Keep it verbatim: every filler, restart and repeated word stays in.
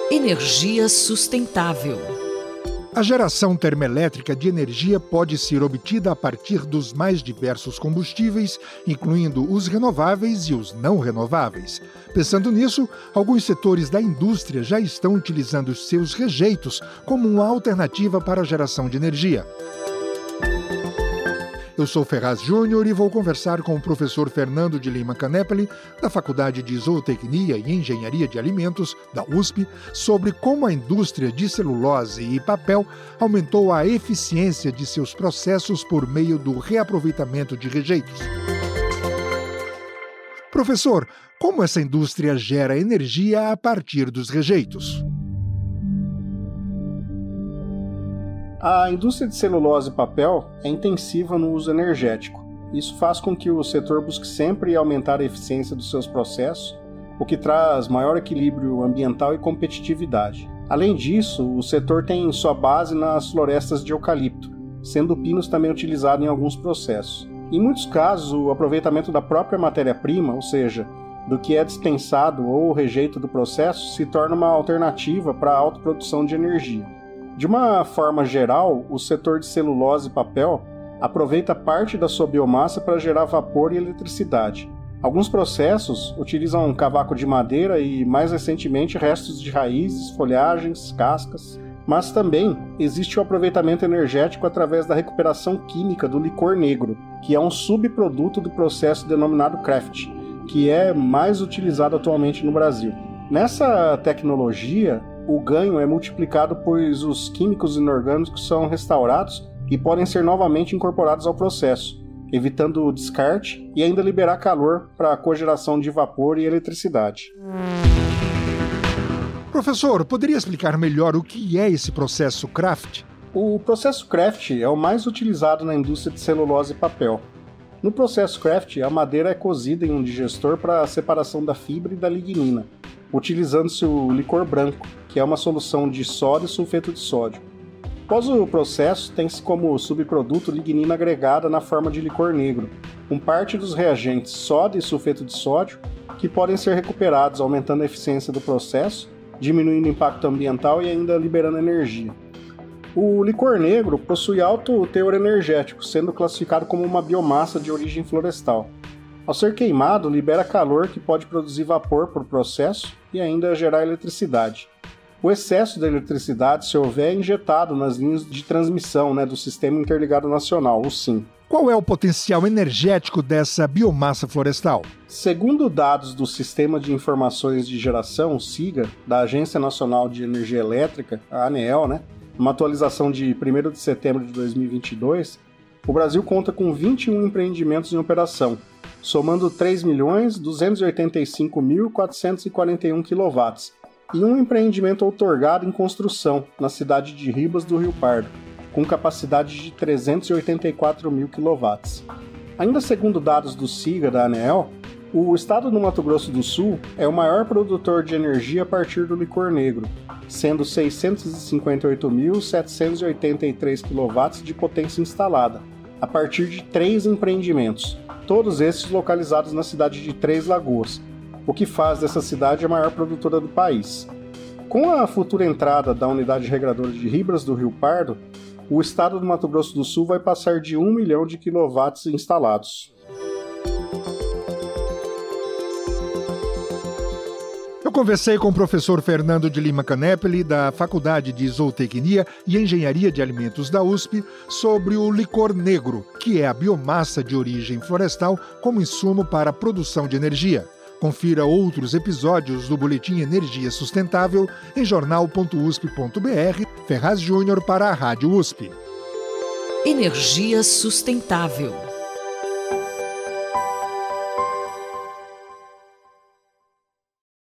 Energia sustentável. A geração termoelétrica de energia pode ser obtida a partir dos mais diversos combustíveis, incluindo os renováveis e os não renováveis. Pensando nisso, alguns setores da indústria já estão utilizando seus rejeitos como uma alternativa para a geração de energia. Eu sou Ferraz Júnior e vou conversar com o professor Fernando de Lima Canepeli, da Faculdade de Zootecnia e Engenharia de Alimentos, da U S P, sobre como a indústria de celulose e papel aumentou a eficiência de seus processos por meio do reaproveitamento de rejeitos. Professor, como essa indústria gera energia a partir dos rejeitos? A indústria de celulose e papel é intensiva no uso energético. Isso faz com que o setor busque sempre aumentar a eficiência dos seus processos, o que traz maior equilíbrio ambiental e competitividade. Além disso, o setor tem sua base nas florestas de eucalipto, sendo o pinus também utilizado em alguns processos. Em muitos casos, o aproveitamento da própria matéria-prima, ou seja, do que é dispensado ou o rejeito do processo, se torna uma alternativa para a autoprodução de energia. De uma forma geral, o setor de celulose e papel aproveita parte da sua biomassa para gerar vapor e eletricidade. Alguns processos utilizam cavaco de madeira e, mais recentemente, restos de raízes, folhagens, cascas. Mas também existe o aproveitamento energético através da recuperação química do licor negro, que é um subproduto do processo denominado craft, que é mais utilizado atualmente no Brasil. Nessa tecnologia, o ganho é multiplicado, pois os químicos inorgânicos são restaurados e podem ser novamente incorporados ao processo, evitando o descarte e ainda liberar calor para a cogeração de vapor e eletricidade. Professor, poderia explicar melhor o que é esse processo craft? O processo craft é o mais utilizado na indústria de celulose e papel. No processo craft, a madeira é cozida em um digestor para a separação da fibra e da lignina, utilizando-se o licor branco, que é uma solução de sódio e sulfeto de sódio. Após o processo, tem-se como subproduto lignina agregada na forma de licor negro, com parte dos reagentes sódio e sulfeto de sódio, que podem ser recuperados, aumentando a eficiência do processo, diminuindo o impacto ambiental e ainda liberando energia. O licor negro possui alto teor energético, sendo classificado como uma biomassa de origem florestal. Ao ser queimado, libera calor que pode produzir vapor por processo e ainda gerar eletricidade. O excesso da eletricidade, se houver, é injetado nas linhas de transmissão, né, do Sistema Interligado Nacional, o S I N. Qual é o potencial energético dessa biomassa florestal? Segundo dados do Sistema de Informações de Geração, o SIGA, da Agência Nacional de Energia Elétrica, a ANEEL, né, uma atualização de primeiro de setembro de dois mil e vinte e dois, o Brasil conta com vinte e um empreendimentos em operação, somando três milhões duzentos e oitenta e cinco mil quatrocentos e quarenta e um quilowatts, e um empreendimento outorgado em construção na cidade de Ribas do Rio Pardo, com capacidade de trezentos e oitenta e quatro mil quilowatts. Ainda segundo dados do SIGA da ANEEL, o estado do Mato Grosso do Sul é o maior produtor de energia a partir do licor negro, sendo seiscentos e cinquenta e oito mil setecentos e oitenta e três quilowatts de potência instalada, a partir de três empreendimentos, todos esses localizados na cidade de Três Lagoas, o que faz dessa cidade a maior produtora do país. Com a futura entrada da unidade regradora de Ribas do Rio Pardo, o estado do Mato Grosso do Sul vai passar de um milhão de quilowatts instalados. Eu conversei com o professor Fernando de Lima Canepeli, da Faculdade de Zootecnia e Engenharia de Alimentos da U S P, sobre o licor negro, que é a biomassa de origem florestal como insumo para a produção de energia. Confira outros episódios do Boletim Energia Sustentável em jornal ponto u s p ponto b r. Ferraz Júnior para a Rádio U S P. Energia sustentável.